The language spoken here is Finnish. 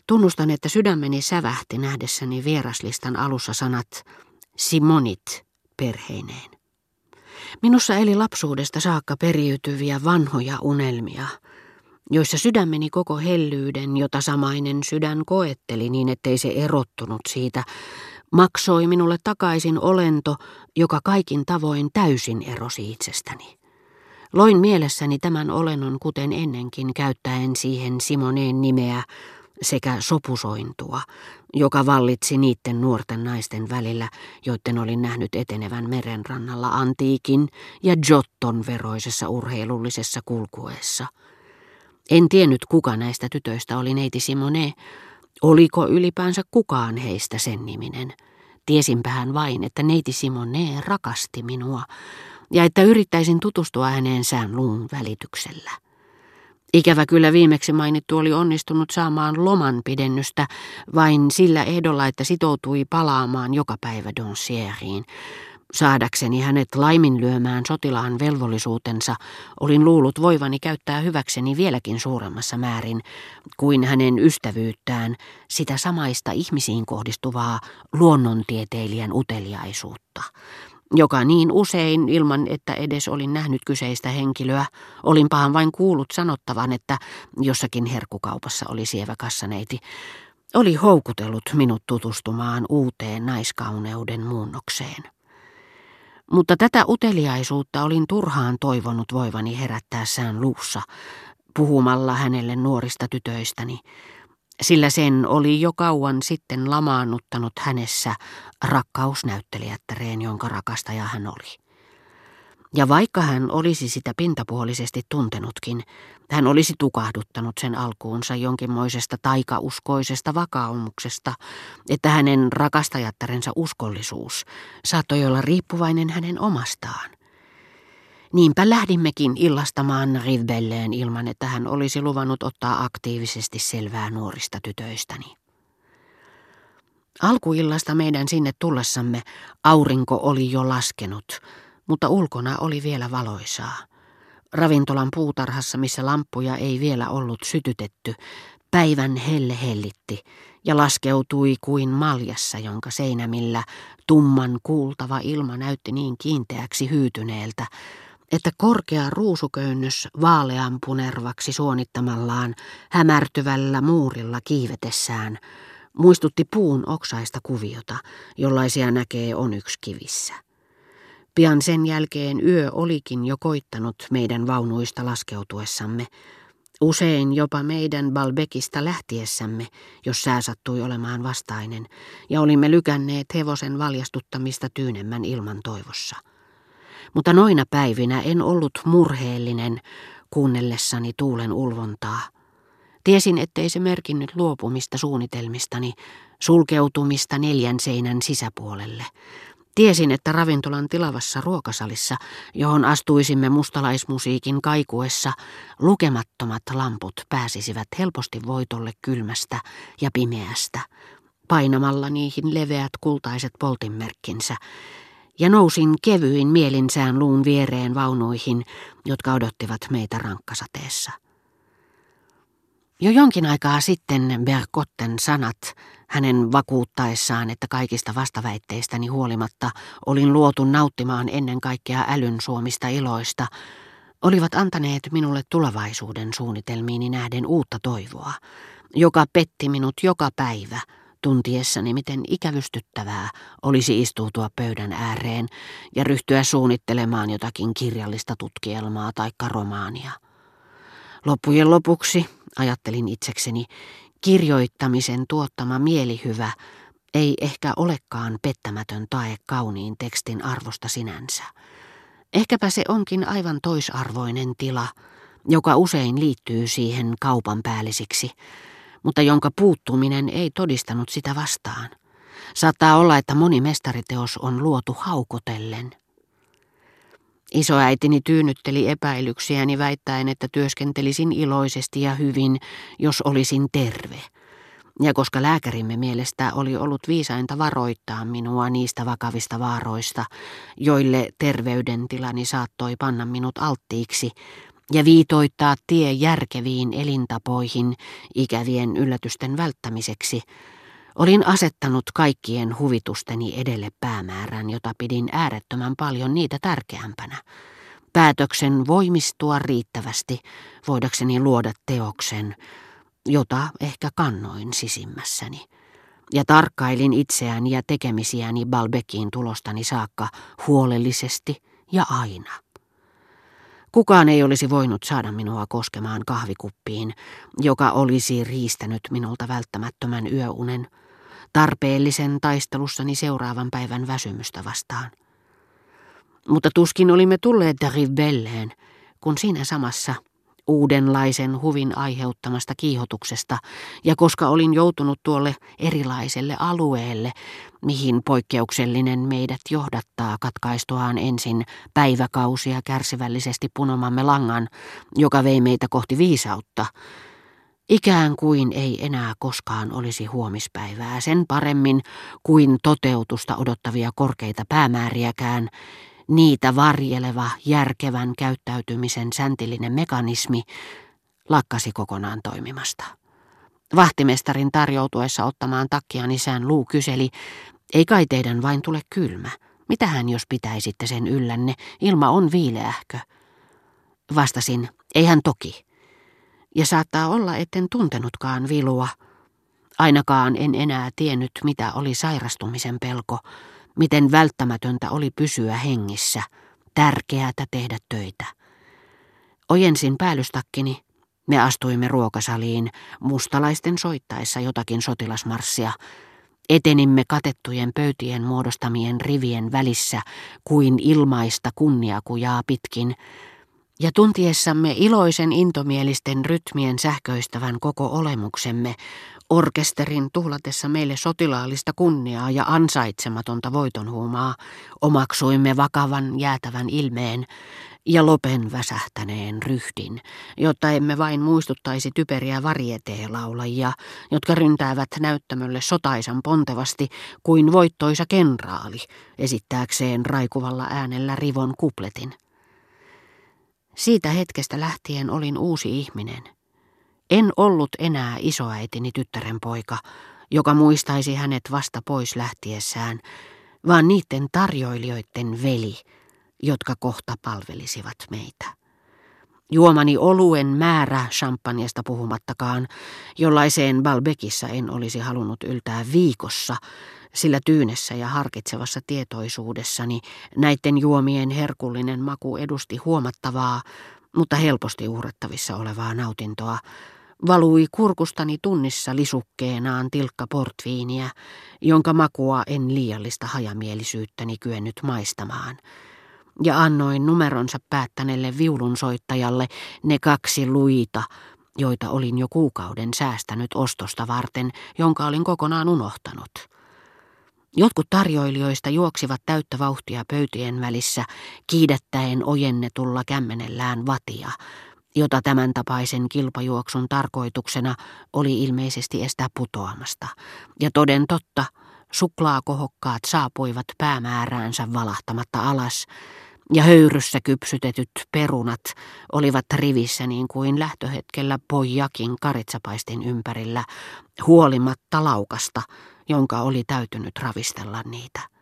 Tunnustan, että sydämeni sävähti nähdessäni vieraslistan alussa sanat Simonit perheineen. Minussa eli lapsuudesta saakka periytyviä vanhoja unelmia, joissa sydämeni koko hellyyden, jota samainen sydän koetteli niin, ettei se erottunut siitä, maksoi minulle takaisin olento, joka kaikin tavoin täysin erosi itsestäni. Loin mielessäni tämän olennon kuten ennenkin käyttäen siihen Simoneen nimeä sekä sopusointua, joka vallitsi niiden nuorten naisten välillä, joiden olin nähnyt etenevän merenrannalla antiikin ja Giotton veroisessa urheilullisessa kulkueessa. En tiennyt, kuka näistä tytöistä oli neiti Simone, oliko ylipäänsä kukaan heistä sen niminen. Tiesinpähän vain, että neiti Simone rakasti minua ja että yrittäisin tutustua häneen sään luun välityksellä. Ikävä kyllä viimeksi mainittu oli onnistunut saamaan loman pidennystä vain sillä ehdolla, että sitoutui palaamaan joka päivä Doncieriin. Saadakseni hänet laiminlyömään sotilaan velvollisuutensa, olin luullut voivani käyttää hyväkseni vieläkin suuremmassa määrin kuin hänen ystävyyttään, sitä samaista ihmisiin kohdistuvaa luonnontieteilijän uteliaisuutta, joka niin usein, ilman että edes olin nähnyt kyseistä henkilöä, olinpahan vain kuullut sanottavan, että jossakin herkkukaupassa oli sievä kassaneiti, oli houkutellut minut tutustumaan uuteen naiskauneuden muunnokseen. Mutta tätä uteliaisuutta olin turhaan toivonut voivani herättää sään luussa, puhumalla hänelle nuorista tytöistäni, sillä sen oli jo kauan sitten lamaannuttanut hänessä rakkausnäyttelijättäreen, jonka rakastaja hän oli. Ja vaikka hän olisi sitä pintapuolisesti tuntenutkin, hän olisi tukahduttanut sen alkuunsa jonkinmoisesta taikauskoisesta vakaumuksesta, että hänen rakastajattarensa uskollisuus saattoi olla riippuvainen hänen omastaan. Niinpä lähdimmekin illastamaan Rivbelleen ilman, että hän olisi luvannut ottaa aktiivisesti selvää nuorista tytöistäni. Alkuillasta meidän sinne tullessamme aurinko oli jo laskenut, mutta ulkona oli vielä valoisaa. Ravintolan puutarhassa, missä lamppuja ei vielä ollut sytytetty, päivän helle hellitti ja laskeutui kuin maljassa, jonka seinämillä tumman kuultava ilma näytti niin kiinteäksi hyytyneeltä, että korkea ruusuköynnös vaaleanpunervaksi suonittamallaan hämärtyvällä muurilla kiivetessään muistutti puun oksaista kuviota, jollaisia näkee onyxkivissä. Pian sen jälkeen yö olikin jo koittanut meidän vaunuista laskeutuessamme, usein jopa meidän Balbekista lähtiessämme, jos sää sattui olemaan vastainen, ja olimme lykänneet hevosen valjastuttamista tyynemmän ilman toivossa. Mutta noina päivinä en ollut murheellinen kuunnellessani tuulen ulvontaa. Tiesin, ettei se merkinnyt luopumista suunnitelmistani, sulkeutumista 4 seinän sisäpuolelle. Tiesin, että ravintolan tilavassa ruokasalissa, johon astuisimme mustalaismusiikin kaikuessa, lukemattomat lamput pääsisivät helposti voitolle kylmästä ja pimeästä, painamalla niihin leveät kultaiset poltinmerkkinsä, ja nousin kevyin mielin sään luun viereen vaunuihin, jotka odottivat meitä rankkasateessa. Jo jonkin aikaa sitten Bergotten sanat, hänen vakuuttaessaan, että kaikista vastaväitteistäni huolimatta olin luotu nauttimaan ennen kaikkea älyn suomista iloista, olivat antaneet minulle tulevaisuuden suunnitelmiini nähden uutta toivoa, joka petti minut joka päivä, tuntiessani miten ikävystyttävää olisi istuutua pöydän ääreen ja ryhtyä suunnittelemaan jotakin kirjallista tutkielmaa tai romaania. Loppujen lopuksi, ajattelin itsekseni, kirjoittamisen tuottama mielihyvä ei ehkä olekaan pettämätön tae kauniin tekstin arvosta sinänsä. Ehkäpä se onkin aivan toisarvoinen tila, joka usein liittyy siihen kaupanpäällisiksi, mutta jonka puuttuminen ei todistanut sitä vastaan. Saattaa olla, että moni mestariteos on luotu haukotellen. Isoäitini tyynnytteli epäilyksiäni väittäen, että työskentelisin iloisesti ja hyvin, jos olisin terve. Ja koska lääkärimme mielestä oli ollut viisainta varoittaa minua niistä vakavista vaaroista, joille terveydentilani saattoi panna minut alttiiksi, ja viitoittaa tie järkeviin elintapoihin ikävien yllätysten välttämiseksi, olin asettanut kaikkien huvitusteni edelle päämäärän, jota pidin äärettömän paljon niitä tärkeämpänä. Päätöksen voimistua riittävästi, voidakseni luoda teoksen, jota ehkä kannoin sisimmässäni. Ja tarkkailin itseäni ja tekemisiäni Balbekiin tulostani saakka huolellisesti ja aina. Kukaan ei olisi voinut saada minua koskemaan kahvikuppiin, joka olisi riistänyt minulta välttämättömän yöunen, tarpeellisen taistelussani seuraavan päivän väsymystä vastaan. Mutta tuskin olimme tulleet Rivebelleen, kun siinä samassa uudenlaisen huvin aiheuttamasta kiihotuksesta, ja koska olin joutunut tuolle erilaiselle alueelle, mihin poikkeuksellinen meidät johdattaa katkaistuaan ensin päiväkausia kärsivällisesti punomamme langan, joka vei meitä kohti viisautta, ikään kuin ei enää koskaan olisi huomispäivää sen paremmin kuin toteutusta odottavia korkeita päämääriäkään, niitä varjeleva, järkevän käyttäytymisen säntillinen mekanismi lakkasi kokonaan toimimasta. Vahtimestarin tarjoutuessa ottamaan takkiaan isän Luu kyseli, ei kai teidän vain tule kylmä, mitähän jos pitäisitte sen yllänne, ilma on viileähkö. Vastasin, eihän toki. Ja saattaa olla, etten tuntenutkaan vilua. Ainakaan en enää tiennyt, mitä oli sairastumisen pelko, miten välttämätöntä oli pysyä hengissä, tärkeäätä tehdä töitä. Ojensin päällystakkini, me astuimme ruokasaliin mustalaisten soittaessa jotakin sotilasmarssia. Etenimme katettujen pöytien muodostamien rivien välissä kuin ilmaista kunniakujaa pitkin, ja tuntiessamme iloisen intomielisten rytmien sähköistävän koko olemuksemme, orkesterin tuhlatessa meille sotilaallista kunniaa ja ansaitsematonta voitonhuumaa, omaksuimme vakavan jäätävän ilmeen ja lopen väsähtäneen ryhdin, jotta emme vain muistuttaisi typeriä varieteelaulajia, jotka ryntäävät näyttämölle sotaisan pontevasti kuin voittoisa kenraali, esittääkseen raikuvalla äänellä rivon kupletin. Siitä hetkestä lähtien olin uusi ihminen. En ollut enää isoäitini tyttären poika, joka muistaisi hänet vasta pois lähtiessään, vaan niiden tarjoilijoiden veli, jotka kohta palvelisivat meitä. Juomani oluen määrä champagnesta puhumattakaan, jollaiseen Balbekissa en olisi halunnut yltää viikossa, sillä tyynessä ja harkitsevassa tietoisuudessani näiden juomien herkullinen maku edusti huomattavaa, mutta helposti uhrattavissa olevaa nautintoa, valui kurkustani tunnissa lisukkeenaan tilkka portviiniä, jonka makua en liiallista hajamielisyyttäni kyennyt maistamaan, ja annoin numeronsa päättäneelle viulunsoittajalle ne 2 luita, joita olin jo kuukauden säästänyt ostosta varten, jonka olin kokonaan unohtanut. Jotkut tarjoilijoista juoksivat täyttä vauhtia pöytien välissä, kiidättäen ojennetulla kämmenellään vatia, jota tämän tapaisen kilpajuoksun tarkoituksena oli ilmeisesti estää putoamasta. Ja toden totta, suklaakohokkaat saapuivat päämääräänsä valahtamatta alas, ja höyryssä kypsytetyt perunat olivat rivissä niin kuin lähtöhetkellä pojakin karitsapaistin ympärillä, huolimatta laukasta, jonka oli täytynyt ravistella niitä.